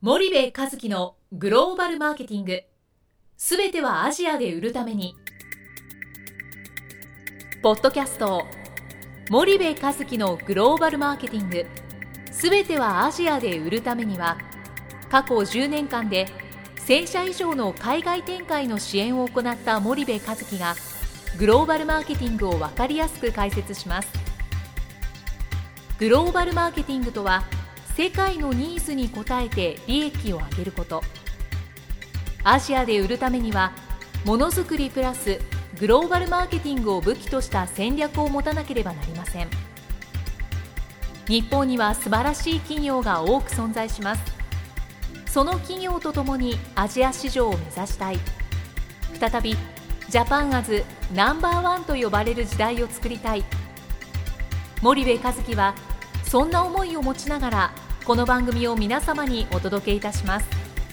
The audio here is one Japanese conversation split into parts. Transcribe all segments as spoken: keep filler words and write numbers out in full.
森部一樹のグローバルマーケティング、すべてはアジアで売るために。ポッドキャスト森部一樹のグローバルマーケティング、すべてはアジアで売るためには、過去じゅうねんかんでせんしゃ以上の海外展開の支援を行った森部一樹がグローバルマーケティングを分かりやすく解説します。グローバルマーケティングとは、世界のニーズに応えて利益を上げること。アジアで売るためには、ものづくりプラスグローバルマーケティングを武器とした戦略を持たなければなりません。日本には素晴らしい企業が多く存在します。その企業とともにアジア市場を目指したい。再びジャパンアズナンバーワンと呼ばれる時代を作りたい。森部一樹はそんな思いを持ちながら、この番組を皆様にお届けいたします。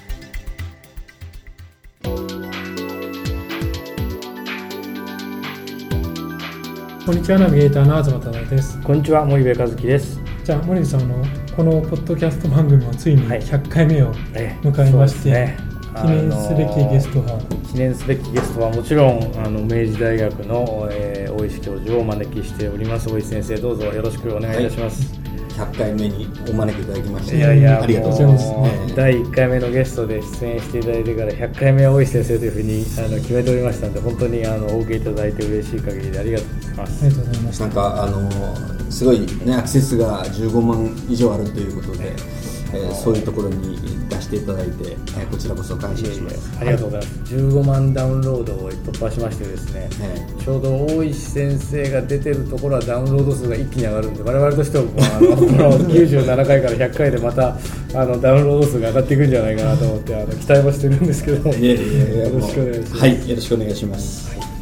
こんにちは、ナビゲーターの東忠です。 こんにちは、森部一樹です。 じゃあ森部さんのこのポッドキャスト番組もついにひゃっかいめを迎えまして、はいね、記念すべきゲストは、 あの記念すべきゲストはもちろんあの明治大学の、えー、大石教授をお招きしております。大石先生、どうぞよろしくお願いいたします。 はい、ひゃっかいめにお招きいただきまして、 いやいやありがとうございます。 だいいっかいめのゲストで出演していただいてからひゃっかいめは大石先生というふうにあの決めておりましたので、本当にあのお受けいただいて嬉しい限りでありがとうございます。 ありがとうございました。 なんかあのすごいね、アクセスがじゅうごまん以上あるということで、えー、そういうところに出していただいて、えー、こちらこそ感謝します。 ありがとうございます。はい、じゅうごまんダウンロードを突破しましてですね、はい、ちょうど大石先生が出てるところはダウンロード数が一気に上がるんで、我々としてはあのこのきゅうじゅうななかいからひゃっかいでまたあのダウンロード数が上がっていくんじゃないかなと思ってあの期待もしてるんですけども、いやいやいや、よろしくお願いします。 はい、よろしくお願いします。 はい、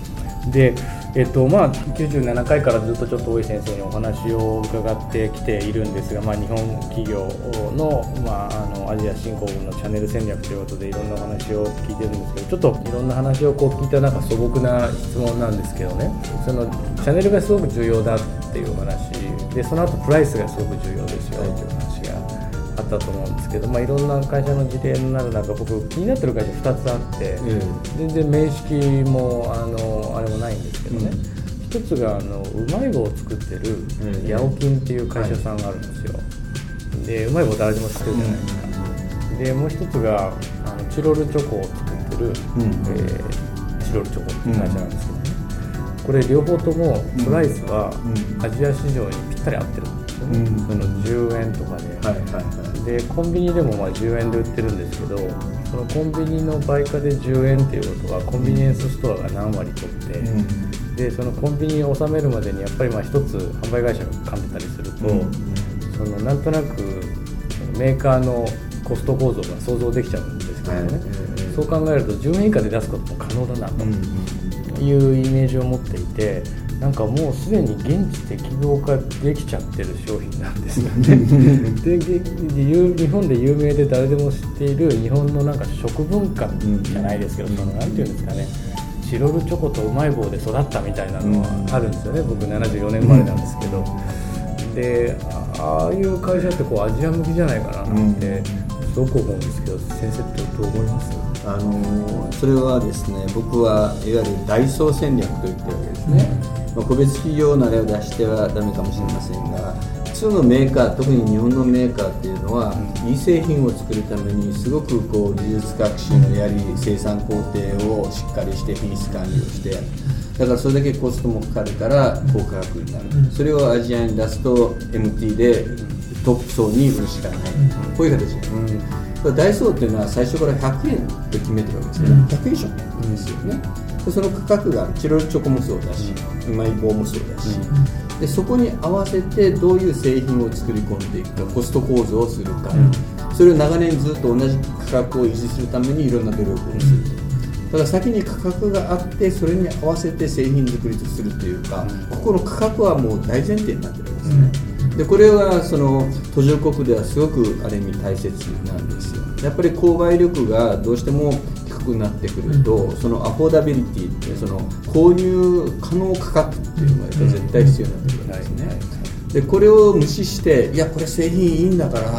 でえっとまあ、きゅうじゅうななかいからずっとちょっと大井先生にお話を伺ってきているんですが、まあ、日本企業の、まあ、あのアジア新興国のチャンネル戦略ということでいろんなお話を聞いてるんですけど、ちょっといろんな話をこう聞いた中素朴な質問なんですけどね、そのチャンネルがすごく重要だっていうお話で、その後プライスがすごく重要ですよっていう話があったと思うんですけど、まあ、いろんな会社の事例になる中、僕気になってる会社ふたつあって、うん、全然面識もあのあれもないんですけどね、うん、一つがあのうまい棒を作ってるヤオキンっていう会社さんがあるんですよ。はい、でうまい棒誰でも知ってるじゃないですか。うん、でもう一つがあのチロルチョコを作ってる、うんえー、チロルチョコっていう会社なんですけどね、うん、これ両方ともプライスはアジア市場にぴったり合ってるんですよね。うん、そのじゅうえんとかで、はいはいはい、でコンビニでもまあじゅうえんで売ってるんですけど、そのコンビニの売価でじゅうえんっていうことはコンビニエンスストアが何割取って、うん、でそのコンビニを収めるまでにやっぱりまあ一つ販売会社が噛んでたりすると、うん、そのなんとなくメーカーのコスト構造が想像できちゃうんですけどね、うん、そう考えるとじゅうえん以下で出すことも可能だなというイメージを持っていて、なんかもうすでに現地適合化できちゃってる商品なんですよね。で日本で有名で誰でも知っている日本のなんか食文化じゃないですけど、そのなんていうんですかね、チロルチョコとうまい棒で育ったみたいなのはあるんですよね。僕ななじゅうよねん生まれなんですけど、でああいう会社ってこうアジア向きじゃないかなってすごく思うんですけど、先生ってどう思います？ あのそれはですね、僕はいわゆるダイソー戦略と言ってるわけですね。まあ、個別企業のあれを出してはダメかもしれませんが、普通のメーカー、特に日本のメーカーっていうのは、うん、いい製品を作るためにすごくこう技術革新をやり、生産工程をしっかりして品質管理をしてやる。だからそれだけコストもかかるから高価格になる。それをアジアに出すと エムティー でトップ層に売るしかない。こういう形です。うん、ダイソーっていうのは最初からひゃくえんって決めてるわけですね。ひゃくえん以上なんですよね。でその価格がチロルチョコもそうだし、うまい棒もそうだし、うん、でそこに合わせてどういう製品を作り込んでいくか、コスト構造をするか、うん、それを長年ずっと同じ価格を維持するためにいろんな努力をすると。だから先に価格があってそれに合わせて製品作りとするというか、ここの価格はもう大前提になってるわけですね。でこれはその途上国ではすごくある意味大切なんですよ。やっぱり購買力がどうしても低くなってくると、うん、そのアフォーダビリティってその購入可能価格っていうのが絶対必要になってくるんですね。でこれを無視して、いやこれ製品いいんだから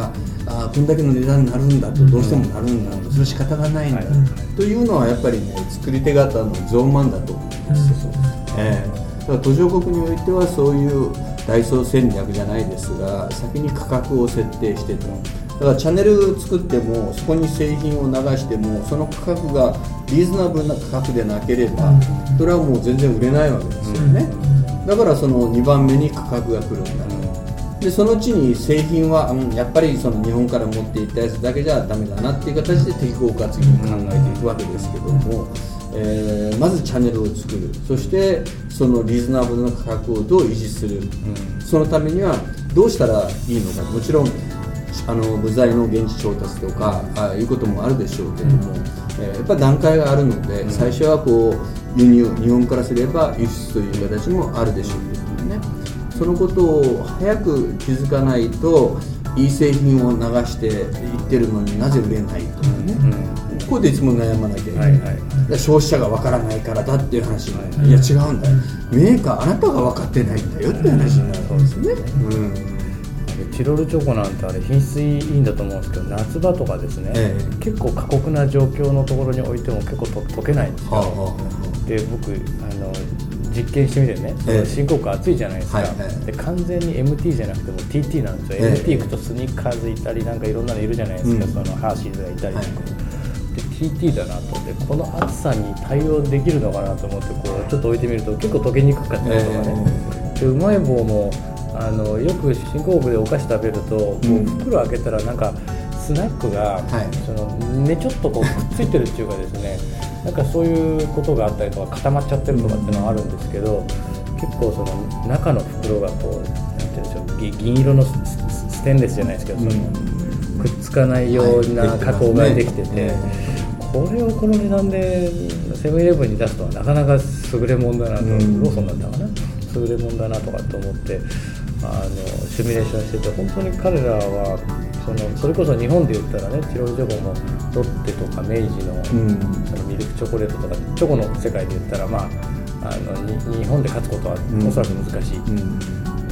あこんだけの値段になるんだと、どうしてもなるんだと、それは仕方がないんだ、はい、というのはやっぱりね作り手方の増満だと思うんですよ、えー、だから途上国においてはそういうダイソー戦略じゃないですが、先に価格を設定してと、だからチャンネル作ってもそこに製品を流してもその価格がリーズナブルな価格でなければそれはもう全然売れないわけですよね。だからそのにばんめに価格が来るんだと。でそのうちに製品は、うん、やっぱりその日本から持っていったやつだけじゃダメだなっていう形で適合化次に考えていくわけですけども、えー、まずチャンネルを作る、そしてそのリーズナブルな価格をどう維持する、うん、そのためにはどうしたらいいのか、もちろんあの部材の現地調達とかあいうこともあるでしょうけども、うんえー、やっぱ段階があるので、うん、最初はこう輸入、日本からすれば輸出という形もあるでしょうけどもね、そのことを早く気づかないといい製品を流していってるのになぜ売れないとかね、うん、ここでいつも悩まなきゃいけない、はいはい、消費者がわからないからだっていう話になる、はいはい、いや違うんだよ、メーカーあなたが分かってないんだよって話になるんですね、うんチロルチョコなんてあれ品質いいんだと思うんですけど、夏場とかですね、ええ、結構過酷な状況のところに置いても結構と溶けないんですよ、はあはあ、で僕あの実験してみてね、ええ、新興国暑いじゃないですか、はいはい、で完全に エムティー じゃなくても ティーティー なんですよ、ええ、エムティー 行くとスニッカーズいたりなんかいろんなのいるじゃないですか、うん、そのハーシーズがいたりとか、はい、で ティーティー だなと、でこの暑さに対応できるのかなと思ってこうちょっと置いてみると結構溶けにくかったりとかね、ええ、でうまい棒もあのよく新興国でお菓子食べると、こう袋開けたらなんかスナックが、はい、そのねちょっとこうくっついてるっていうかですねなんかそういうことがあったりとか固まっちゃってるとかっていうのはあるんですけど、結構その中の袋がこうなんていうんでしょう、銀色のステンレスじゃないですけど、そのくっつかないような加工ができてて、これをこの値段でセブンイレブンに出すのはなかなか優れもんだなと、ローソンだったかな、優れもんだなとかって思ってあのシミュレーションしてて、本当に彼らはそのそれこそ日本で言ったらねチロルチョコもロッテとか明治 の,、うん、そのミルクチョコレートとかチョコの世界で言ったら、まあ、あの日本で勝つことはおそらく難しい、うん、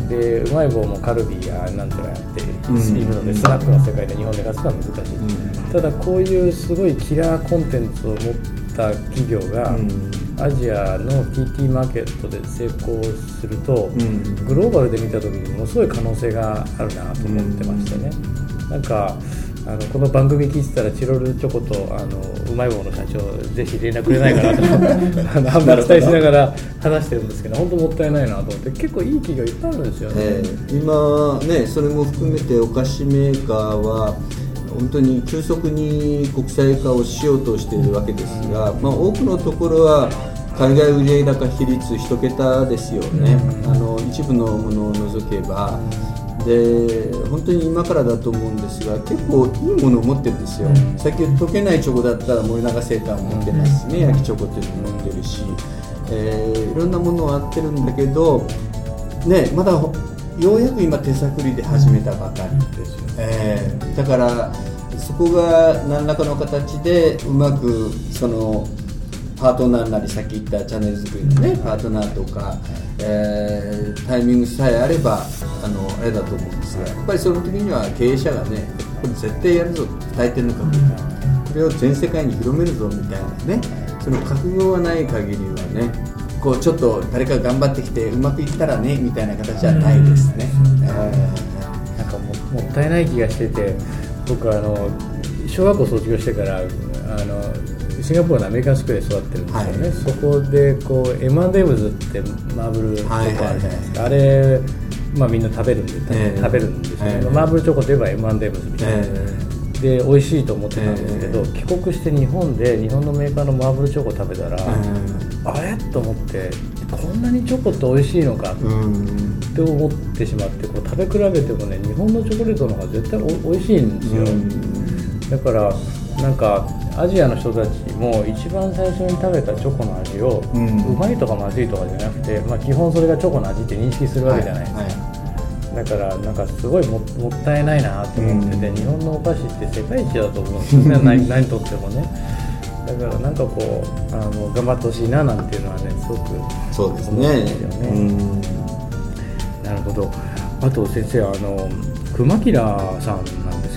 でうまい棒もカルビーやなんていうのやっているので、うん、スナックの世界で日本で勝つのは難しい、うん、ただこういうすごいキラーコンテンツを持った企業が、うん、アジアの ティーティー マーケットで成功すると、うん、グローバルで見た時にものすごい可能性があるなと思ってましてね、うん、なんかあのこの番組聞いてたらチロルチョコとあのうまい棒の社長ぜひ連絡くれないかなとあのあんまり期待しながら話してるんですけど、本当もったいないなと思って、結構いい企業いっぱいあるんですよね、えー、今ねそれも含めてお菓子メーカーは本当に急速に国際化をしようとしているわけですが、まあ、多くのところは海外売上高比率一桁ですよね、あの一部のものを除けば。で本当に今からだと思うんですが、結構いいものを持ってるんですよ、さっき溶けないチョコだったら森永製菓を持ってますね、焼きチョコっていうのも持ってるし、えー、いろんなものはあってるんだけど、ね、まだようやく今手探りで始めたばかりですよ、えー、だからそこが何らかの形でうまくそのパートナーなり、さっき言ったチャンネル作りのねパートナーとか、えー、タイミングさえあればあのあれだと思うんですが、やっぱりその時には経営者がねこれ絶対やるぞと伝えてるのかも、これを全世界に広めるぞみたいなね、その覚悟がない限りはね、こうちょっと誰か頑張ってきてうまくいったらねみたいな形はないですね、えー、なんか も, もったいない気がしてて、僕あの小学校卒業してからあのシンガポールのアメリカンスクールで育ってるんですよね、はい、そこでこう エムアンドエムズ ってマーブルチョコあるじゃないですか、はいはいはい、あれ、まあ、みんな食べるんで、えー、食べるんですよね、えー、マーブルチョコといえば エムアンドエムズ みたいな、えー、で美味しいと思ってたんですけど、えー、帰国して日本で日本のメーカーのマーブルチョコ食べたら、えー、あれと思って、こんなにチョコって美味しいのかって思ってしまって、こう食べ比べてもね日本のチョコレートの方が絶対お美味しいんですよ、うん、だからなんかアジアの人たちも一番最初に食べたチョコの味を、うん、うまいとかまずいとかじゃなくて、まあ、基本それがチョコの味って認識するわけじゃないですか、はいはい、だからなんかすごい も, もったいないなと思ってて、うん、日本のお菓子って世界一だと思うんですよね何, 何とってもね、だからなんかこうあの頑張ってほしいななんていうのはねすごくそうですね、思うんですよね、うん、 なるほど。あと先生あの熊キラさんなんです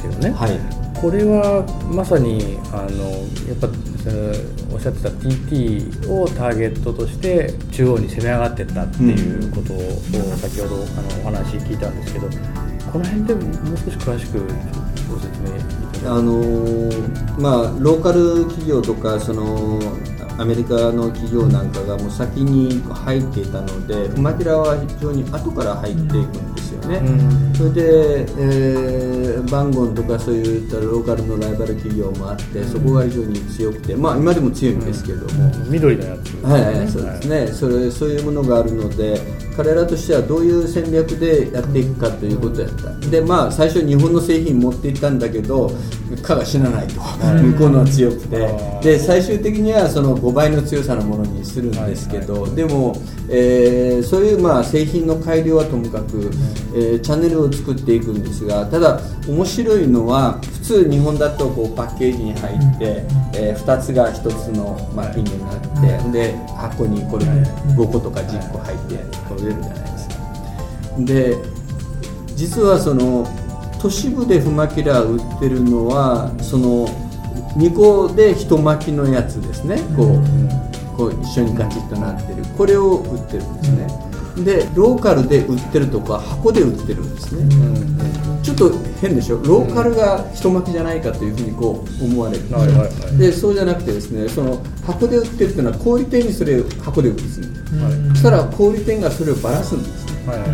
ですけどね、 はい、 これはまさにあのやっぱそのおっしゃってた ティーティー をターゲットとして中央に攻め上がっていったっていうことを先ほどあのお話聞いたんですけど、この辺でもう少し詳しくご説明いただあのーまあ、ローカル企業とかそのアメリカの企業なんかがもう先に入っていたので、フマキラは非常に後から入っていくんですよね、うん、それで、えー、バンゴンとかそういったローカルのライバル企業もあって、そこが非常に強くて、まあ、今でも強いんですけども、 うん、緑のやつ、 はい、はい、そうですね、はい、それそういうものがあるので、彼らとしてはどういう戦略でやっていくかということやった。で、まあ、最初日本の製品持っていったんだけど、蚊が死なないと、はい、向こうのは強くて、で最終的にはそのごばいの強さのものにするんですけど、はいはい、でも、えー、そういうまあ製品の改良はともかく、えー、チャンネルを作っていくんですが、ただ面白いのは、普通日本だとこうパッケージに入って、えー、ふたつがひとつのマッピングになって、で箱にこれごことかじゅっこ入ってこう売れるじゃないですか。で実はその都市部でフマキラ売ってるのはそのにこでいち巻きのやつですね、こう、こう一緒にガチッとなってる、これを売ってるんですね。でローカルで売ってるとか箱で売ってるんですね、うん、ちょっと変でしょ、ローカルが一巻きじゃないかというふうにこう思われる、うん、でそうじゃなくてですね、その箱で売ってるというのは小売店にそれを箱で売るんですね、はい、そしたら小売店がそれをばらすんですね、はい、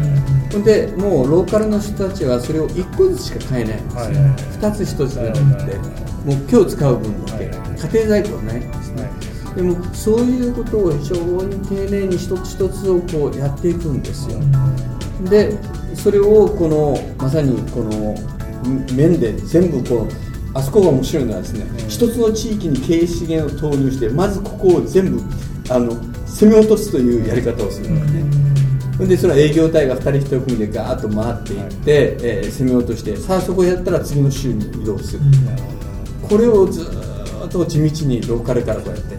でもうローカルの人たちはそれをいっこずつしか買えないんですよ、はい、ふたつひとつじゃなくて、もう今日使う分だけ、はい、家庭在庫はないんですね、はい、でもそういうことを非常に丁寧に一つ一つをこうやっていくんですよ。でそれをこのまさにこの面で全部こう、あそこが面白いのはですね、一つの地域に経営資源を投入して、まずここを全部あの攻め落とすというやり方をするんですね。でそれは営業隊がふたりいち組でガーッと回っていって、えー、攻め落として、さあそこやったら次の州に移動する、これをずっと地道にローカルからこうやって、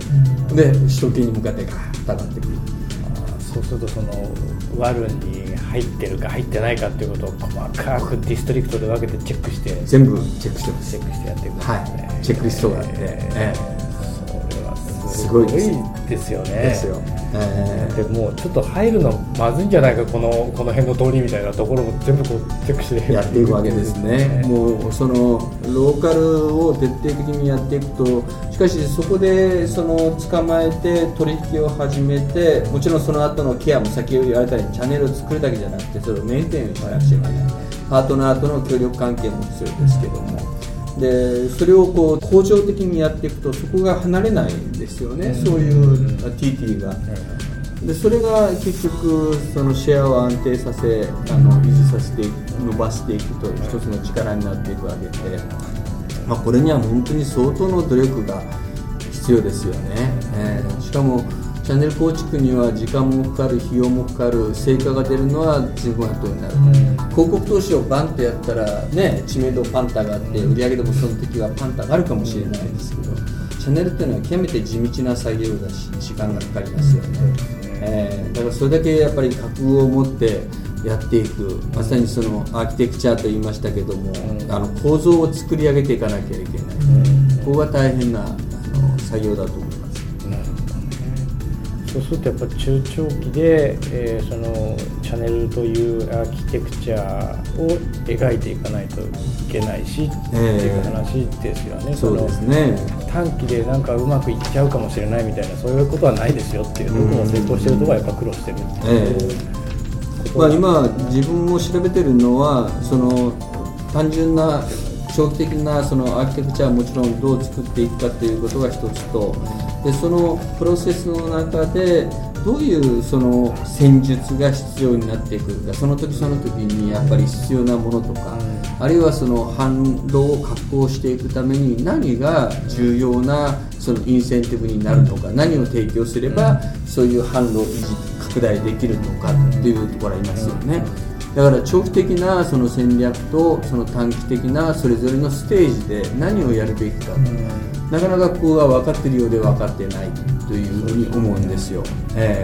で首都圏に向かってガーッと上がってくる。 そうするとそのワルンに入ってるか入ってないかということを細かくディストリクトで分けてチェックして、 全部チェックしてます。 チェックしてやっていくんですね、はい、チェックリストがあって、えー、それはすごいですよね。 ですよ、 えー、でもうちょっと入るのまずいんじゃないか、このこの辺の通りみたいなところも全部こうチェックしてやっていくわけですね。もうそのローカルを徹底的にやっていくと、しかしそこでその捕まえて取引を始めて、もちろんその後のケアも先ほど言われたようにチャンネルを作るだけじゃなくて、それをメンテナンスしなくちゃいけない、パートナーとの協力関係も必要ですけども、でそれをこう恒常的にやっていくと、そこが離れないんですよね、そういう ティーティー が。でそれが結局そのシェアを安定させ、あの維持させて伸ばしていくと一つの力になっていくわけで、まあ、これには本当に相当の努力が必要ですよね、えー、しかもチャンネル構築には時間もかかる、費用もかかる、成果が出るのは随分後になる、うん、広告投資をバンとやったら、ね、知名度パンタがあって売り上げでもその時はパンタがあるかもしれないですけど、チャンネルっていうのは極めて地道な作業だし時間がかかりますよね、えー、だからそれだけやっぱり覚悟を持ってやっていく、まさにそのアーキテクチャと言いましたけども、うん、あの構造を作り上げていかなきゃいけない、うん、ここが大変なあの作業だと思います。 そうするとやっぱ中長期で、えー、そのチャンネルというアーキテクチャを描いていかないといけないし、えー、っていう話ですよね。 そうですね。 短期でなんかうまくいっちゃうかもしれないみたいな、そういうことはないですよっていう、どこも成功してるところはやっぱ苦労してるっていう、えーまあ、今自分も調べてるのは、その単純な長期的なそのアーキテクチャはもちろんどう作っていくかということが一つと、でそのプロセスの中でどういうその戦術が必要になってくるか、その時その時にやっぱり必要なものとか、あるいはその販路を確保していくために何が重要なそのインセンティブになるのか、何を提供すればそういう販路を維持拡大できるのかっていうところがありますよね。だから長期的なその戦略とその短期的なそれぞれのステージで何をやるべきか、なかなかここが分かっているようで分かってないというふうに思うんですよ、えー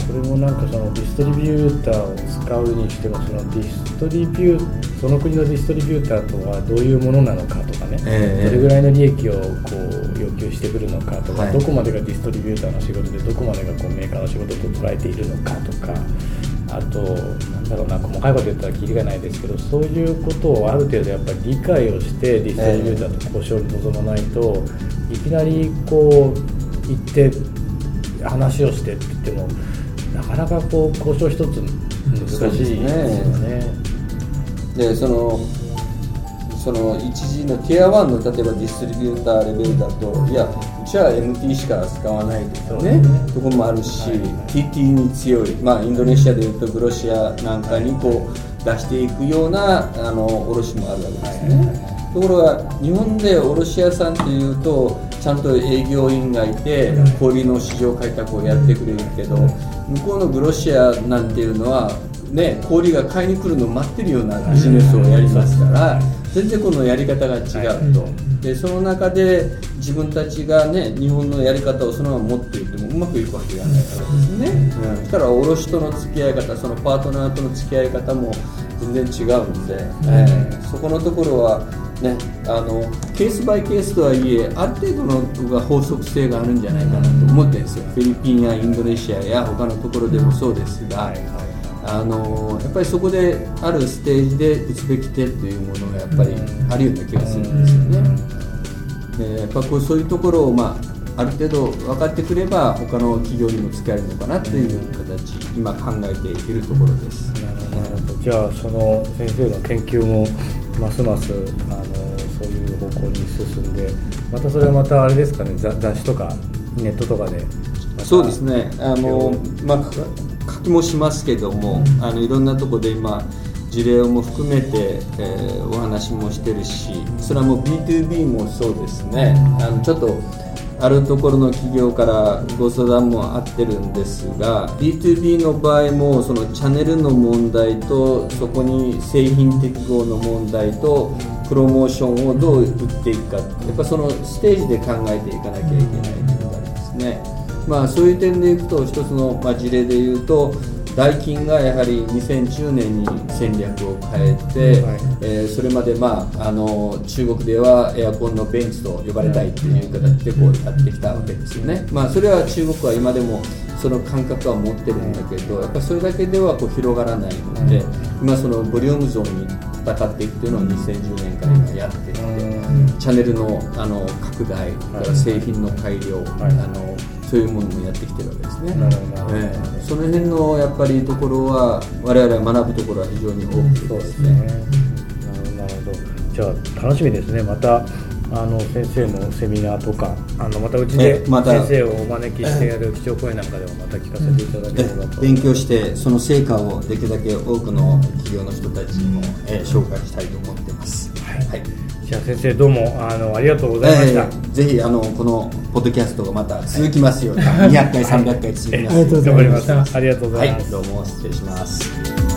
それもなんかそのディストリビューターを使うにしても、そのディストリビューその国のディストリビューターとはどういうものなのかとかね、えー、どれぐらいの利益をこう要求してくるのかとか、はい、どこまでがディストリビューターの仕事でどこまでがこうメーカーの仕事と捉えているのかとか、あとなんだろうな、細かいこと言ったらキリがないですけど、そういうことをある程度やっぱり理解をしてディストリビューターと交渉に臨まないと、えー、いきなりこう行って話をしてって言ってもなかなかこう交渉一つ難しいですよね。 で、そのその一次のティアワンの例えばディストリビューターレベルだと、いやうちは エムティー しか使わないとかね、ところもあるし、はい、ティーティー に強い、まあ、インドネシアでいうとグロシアなんかにこう出していくようなあの卸もあるわけですね、はい、ところが日本で卸屋さんというとちゃんと営業員がいて小売の市場開拓をやってくれるけど、向こうのグロシアなんていうのはね、小売が買いに来るのを待ってるようなビジネスをやりますから、全然このやり方が違うと。でその中で自分たちがね、日本のやり方をそのまま持っていてもうまくいくわけがないからですね、うん、そしたら卸との付き合い方、そのパートナーとの付き合い方も全然違うんで、うんえー、そこのところはね、あのケースバイケースとはいえある程度のが法則性があるんじゃないかなと思ってるんですよ。フィリピンやインドネシアや他のところでもそうですが、あのやっぱりそこであるステージで打つべき手というものがやっぱりあるような気がするんですよね。でやっぱこうそういうところを、まあ、ある程度分かってくれば他の企業にも使えるのかなという形、今考えているところです。 なるほど。じゃあその先生の研究もますますあのそういう方向に進んで、またそれはまたあれですかね、雑誌とかネットとかでそうですね、あの、まあ、書きもしますけども、うん、あのいろんなところで今事例も含めて、えー、お話もしてるし、それはもう ビーツービー もそうですね、あのちょっとあるところの企業からご相談もあってるんですが、 ビーツービー の場合もそのチャンネルの問題とそこに製品適合の問題とプロモーションをどう打っていくか、やっぱそのステージで考えていかなきゃいけないということですね。まあ、そういう点でいくと一つの、まあ、事例でいうとダイキンがやはりにせんじゅうねんに戦略を変えて、はいえー、それまで、まあ、あの中国ではエアコンのベンツと呼ばれたいという形でこうやってきたわけですよね。まあ、それは中国は今でもその感覚は持ってるんだけど、やっぱりそれだけではこう広がらないので、今そのボリュームゾーンに戦っていくというのをにせんじゅうねんから今やっていて、チャンネルの、あの拡大、製品の改良、あのそういうものもやってきてるわけですね。なるほど、えー、その辺のやっぱりところは我々は学ぶところは非常に多くてですね。 なるほど。じゃあ楽しみですね。またあの先生のセミナーとか、あのまたうちで先生をお招きしてやる基調講演なんかでもまた聞かせていただければと。 勉強してその成果をできるだけ多くの企業の人たちにも、えー、紹介したいと思っています。はい。はい、 じゃあ先生どうもあのありがとうございました。えー、ぜひあのこのポッドキャストがまた続きますように、はい、にひゃっかいさんびゃっかい続きますように、 頑張りました。 ありがとうございます。 はい、どうも失礼します。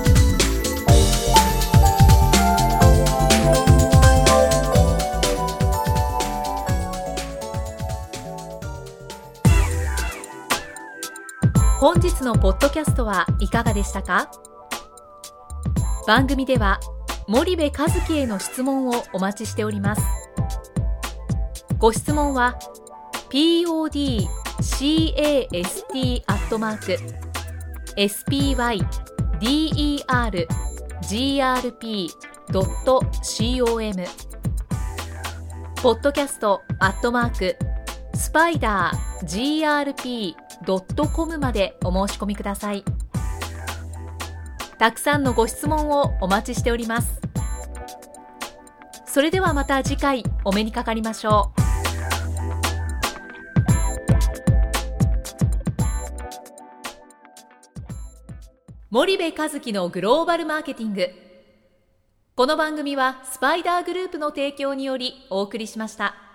本日のポッドキャストはいかがでしたか？番組では森部一樹への質問をお待ちしております。ご質問は ピーオーディーキャスト アットマーク エスピーワイディーイーアールジーアールピー ドット コム ポッドキャストアットマークスパイダー ジーアールピードットコム までお申し込みください。たくさんのご質問をお待ちしております。それではまた次回お目にかかりましょう。森部一樹のグローバルマーケティング。この番組はスパイダーグループの提供によりお送りしました。